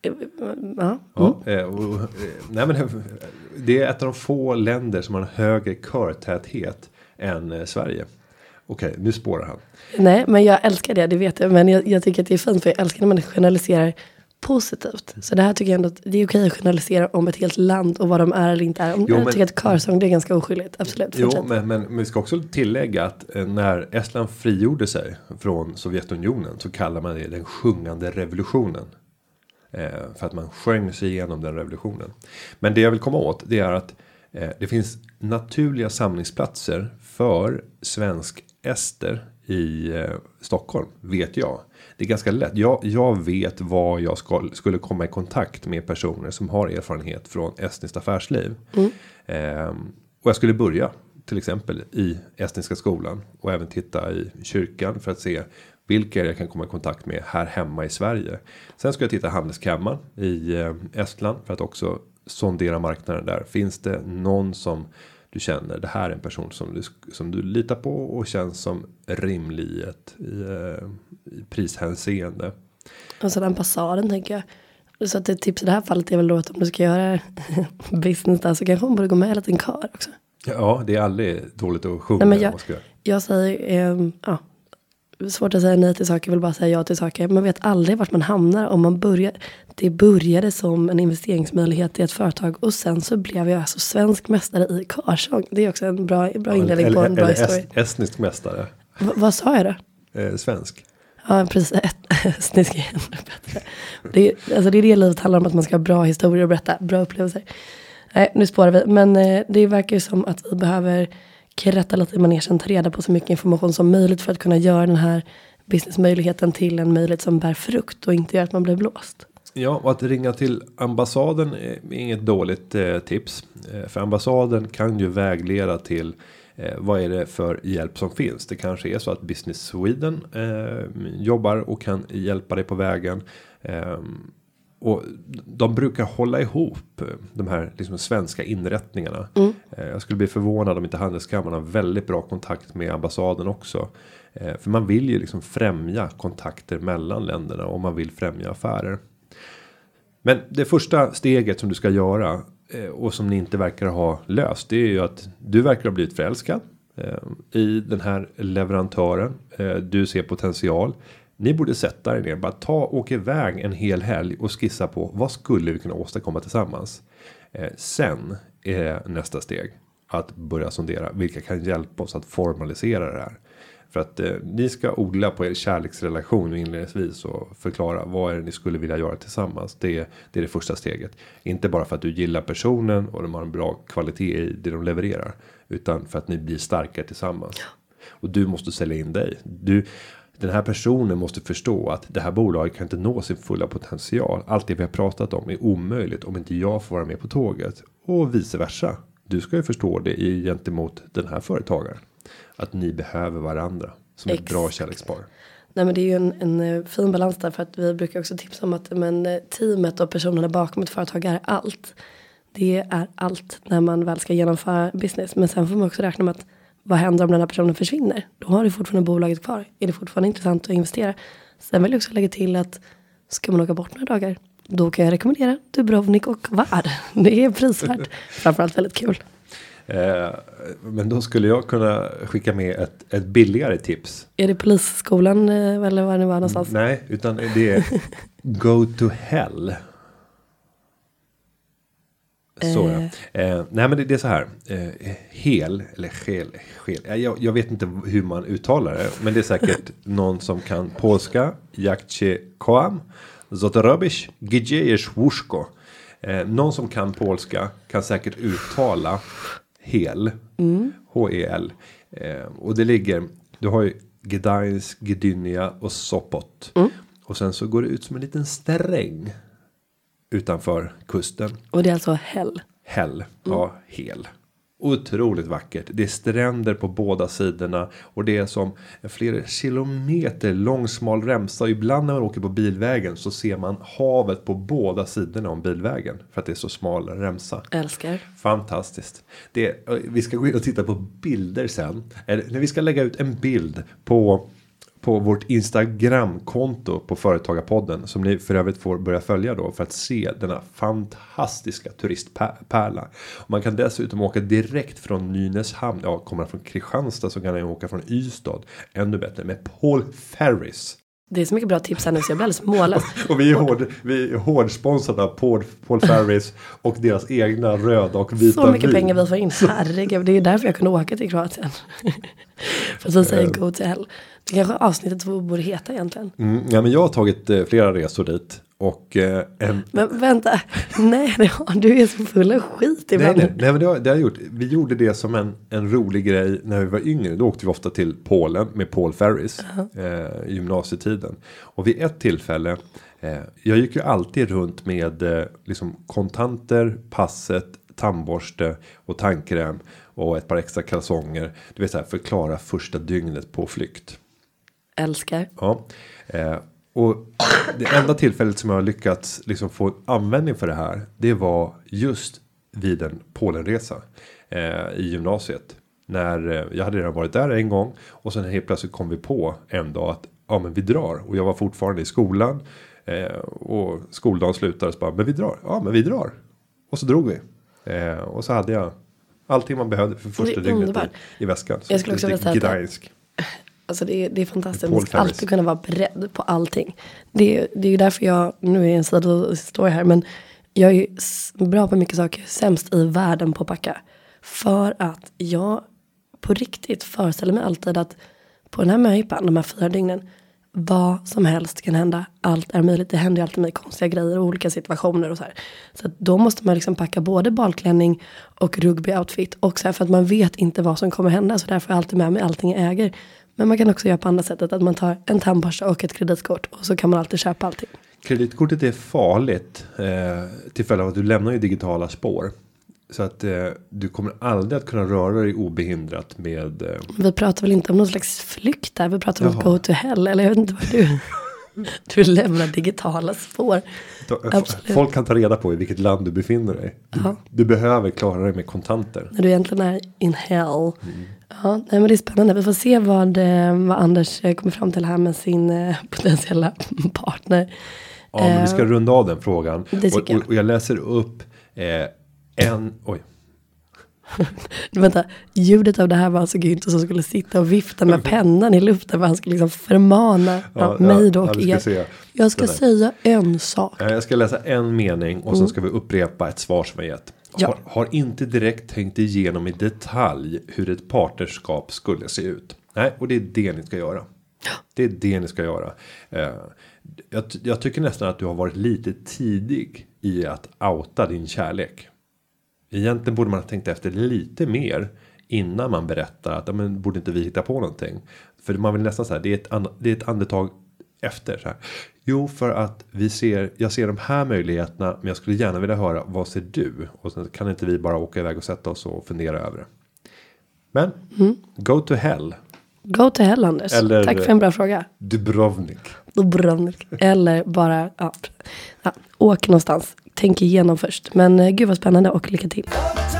Nej, men det är ett av de få länder som har en högre körtäthet än Sverige. Okej, nu spårar han. Nej, men jag älskar det vet jag. Men jag tycker att det är fint, för jag älskar när man generaliserar positivt. Så det här tycker jag ändå att det är okej att generalisera om ett helt land och vad de är eller inte är. Jag tycker att körsång, det är ganska oskyldigt, absolut. Jo, men vi ska också tillägga att när Estland frigjorde sig från Sovjetunionen så kallar man det den sjungande revolutionen. För att man sjöng sig igenom den revolutionen. Men det jag vill komma åt, det är att det finns naturliga samlingsplatser för svensk ester i Stockholm, vet jag. Det är ganska lätt. Jag vet var jag skulle komma i kontakt med personer som har erfarenhet från estniskt affärsliv. Och jag skulle börja till exempel i estniska skolan och även titta i kyrkan för att se vilka jag kan komma i kontakt med här hemma i Sverige. Sen ska jag titta handelskammaren i Estland för att också sondera marknaden där. Finns det någon som du känner, det här är en person som du litar på och känns som rimlig i prishänseende. Och sen ambassaden tänker jag. Så att ett tips i det här fallet är väl då att om du ska göra business där så kanske hon borde gå med en liten kör också. Ja, det är aldrig dåligt att sjunga. Nej, men jag säger, svårt att säga nej till saker, vill bara säga ja till saker. Man vet aldrig vart man hamnar om man börjar. Det började som en investeringsmöjlighet i ett företag och sen så blev jag alltså svensk mästare i körsång. Det är också en bra inledning på en bra historia. Estnisk mästare. Vad sa jag då? Svensk. Ja, precis. Estnisk är ännu bättre. Det är det livet handlar om, att man ska ha bra historier att berätta, bra upplevelser. Nej, nu spårar vi. Men det verkar ju som att vi behöver kratta lite i manegen, ta reda på så mycket information som möjligt för att kunna göra den här businessmöjligheten till en möjlighet som bär frukt och inte gör att man blir blåst. Ja, och att ringa till ambassaden är inget dåligt tips. För ambassaden kan ju vägleda till vad är det för hjälp som finns. Det kanske är så att Business Sweden jobbar och kan hjälpa dig på vägen. Och de brukar hålla ihop de här liksom svenska inrättningarna. Jag skulle bli förvånad om inte handelskammaren har väldigt bra kontakt med ambassaden också. För man vill ju liksom främja kontakter mellan länderna och man vill främja affärer. Men det första steget som du ska göra och som ni inte verkar ha löst, det är ju att du verkar ha blivit förälskad i den här leverantören. Du ser potential. Ni borde sätta er ner, bara åka iväg en hel helg och skissa på vad skulle vi kunna åstadkomma tillsammans. Sen är nästa steg att börja sondera vilka kan hjälpa oss att formalisera det här. För att ni ska odla på er kärleksrelation inledningsvis och förklara vad är det ni skulle vilja göra tillsammans. Det är det första steget. Inte bara för att du gillar personen och de har en bra kvalitet i det de levererar. Utan för att ni blir starkare tillsammans. Och du måste sälja in dig. Den här personen måste förstå att det här bolaget kan inte nå sin fulla potential. Allt det vi har pratat om är omöjligt om inte jag får vara med på tåget. Och vice versa. Du ska ju förstå det gentemot den här företagaren. Att ni behöver varandra som ett bra kärlekspar. Nej, men det är ju en fin balans där, för att vi brukar också tipsa om att teamet och personerna bakom ett företag är allt. Det är allt när man väl ska genomföra business. Men sen får man också räkna med att vad händer om den här personen försvinner? Då har du fortfarande bolaget kvar. Är det fortfarande intressant att investera? Sen vill jag också lägga till att ska man åka bort några dagar, då kan jag rekommendera Dubrovnik och Var. Det är prisvärt. Framförallt väldigt kul. Men då skulle jag kunna skicka med ett billigare tips. Är det polisskolan eller var det var någonstans? Nej, utan det är Go to Hell. Så nej, men det är så här. Hel eller skel. Jag vet inte hur man uttalar det. Men det är säkert någon som kan polska. Jakcie koam. Zotorobisz gdziejesz łóżko. Någon som kan polska kan säkert uttala hel. H-E-L. Och det ligger, du har ju Gdańsk, Gdynia och Sopot. Och sen så går det ut som en liten sträng utanför kusten. Och det är alltså Hell. Hell, ja, hel. Otroligt vackert. Det är stränder på båda sidorna. Och det är som flera kilometer lång smal remsa. Och ibland när man åker på bilvägen så ser man havet på båda sidorna om bilvägen. För att det är så smal remsa. Älskar. Fantastiskt. Vi ska gå in och titta på bilder sen. När vi ska lägga ut en bild på vårt Instagram-konto på Företagarpodden, som ni för övrigt får börja följa då för att se denna fantastiska turistpärla. Och man kan dessutom åka direkt från Nynäshamn, kommer från Kristianstad så kan man åka från Ystad, ännu bättre, med Paul Ferris. Det är så mycket bra tips här nu så jag blir alldeles mållös. Och vi är hårdsponsrade av Paul Ferris och deras egna röda och vita så mycket pengar vi får in, herregud. Det är därför jag kunde åka till Kroatien. För att säga go to hell. Det kanske avsnittet borde heta egentligen. Ja, men jag har tagit flera resor dit. Och, men vänta, nej du är så full av skit ibland. Nej, men det har jag gjort. Vi gjorde det som en rolig grej när vi var yngre. Då åkte vi ofta till Polen med Paul Ferris i gymnasietiden. Och vid ett tillfälle, jag gick ju alltid runt med liksom kontanter, passet, tandborste och tandkräm och ett par extra kalsonger. Du vet så här, förklara första dygnet på flykt. Älskar. Ja. Och det enda tillfället som jag har lyckats liksom få användning för det här, det var just vid en Polenresa i gymnasiet. När jag hade redan varit där en gång och sen helt plötsligt kom vi på en dag att ja, men vi drar. Och jag var fortfarande i skolan och skoldagen slutade så bara, men vi drar. Ja, men vi drar. Och så drog vi. Och så hade jag allting man behövde för första dygnet i väskan. Så jag skulle också vilja säga att alltså det är fantastiskt. Man ska alltid kunna vara beredd på allting. Det är ju därför jag, nu är jag en sidostory här, men jag är bra på mycket saker, sämst i världen på att packa. För att jag på riktigt föreställer mig alltid att på den här möjpan, de här 4 dygnen, vad som helst kan hända. Allt är möjligt. Det händer ju alltid med konstiga grejer och olika situationer och så här. Så att då måste man liksom packa både balklänning och rugby-outfit. Och så här, för att man vet inte vad som kommer hända. Så därför är jag alltid med mig allting jag äger. Men man kan också göra på andra sättet. Att man tar en tandborste och ett kreditkort. Och så kan man alltid köpa allting. Kreditkortet är farligt till följd av att du lämnar ju digitala spår. Så att du kommer aldrig att kunna röra dig obehindrat med... Vi pratar väl inte om någon slags flykt där. Vi pratar om go to hell. Eller jag vet inte vad du lämnar digitala spår. Folk kan ta reda på i vilket land du befinner dig. Du behöver klara dig med kontanter. När du egentligen är in hell. Ja, nej, men det är spännande. Vi får se vad Anders kommer fram till här med sin potentiella partner. Ja, men vi ska runda av den frågan. Och jag läser upp oj. Vänta, ljudet av det här var alltså Günther som skulle sitta och vifta med pennan i luften. För han skulle liksom förmana mig då och er. Jag ska säga en sak. Jag ska läsa en mening och sen ska vi upprepa ett svar som jag gett. Har inte direkt tänkt igenom i detalj hur ett partnerskap skulle se ut. Nej, och det är det ni ska göra. Det är det ni ska göra. Jag tycker nästan att du har varit lite tidig i att outa din kärlek. Egentligen borde man ha tänkt efter lite mer innan man berättar att men borde inte vi hitta på någonting. För man vill nästan säga det är ett andetag efter så här. Jo, för att jag ser de här möjligheterna, men jag skulle gärna vilja höra, vad ser du? Och sen kan inte vi bara åka iväg och sätta oss och fundera över det. Men go to hell. Go to hell, Anders. Eller, tack för en bra fråga. Dubrovnik. Eller bara åk någonstans. Tänk igenom först. Men gud vad spännande och lycka till.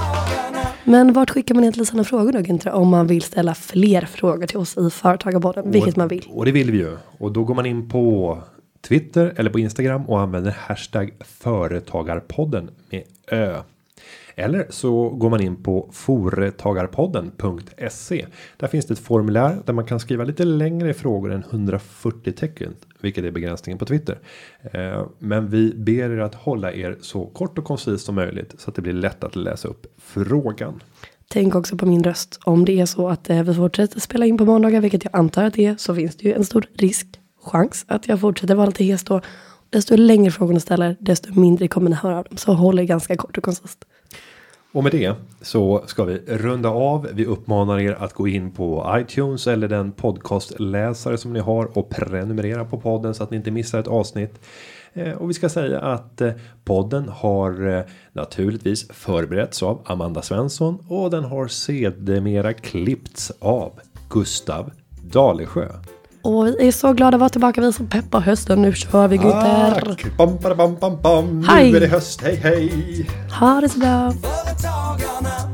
Men vart skickar man egentligen sina frågor då, Günther, om man vill ställa fler frågor till oss i Företagarpodden, vilket man vill? Och det vill vi ju. Och då går man in på Twitter eller på Instagram och använder hashtag Företagarpodden med Ö. Eller så går man in på foretagarpodden.se. Där finns det ett formulär där man kan skriva lite längre frågor än 140 tecken, vilket är begränsningen på Twitter. Men vi ber er att hålla er så kort och koncist som möjligt så att det blir lätt att läsa upp frågan. Tänk också på min röst. Om det är så att vi fortsätter spela in på måndagar, vilket jag antar att det är, så finns det ju en stor chans att jag fortsätter vara lite hes då. Desto längre frågorna ställer, desto mindre kommer ni höra av dem. Så håll er ganska kort och koncist. Och med det så ska vi runda av. Vi uppmanar er att gå in på iTunes eller den podcastläsare som ni har och prenumerera på podden så att ni inte missar ett avsnitt. Och vi ska säga att podden har naturligtvis förberetts av Amanda Svensson och den har sedermera klippts av Gustav Dalesjö. Och vi är så glada att vara tillbaka, vi som peppar hösten. Nu kör vi, Günther. Bam, bam, bam, bam. Nu är det höst, hej hej. Ha det så bra. Företagarna.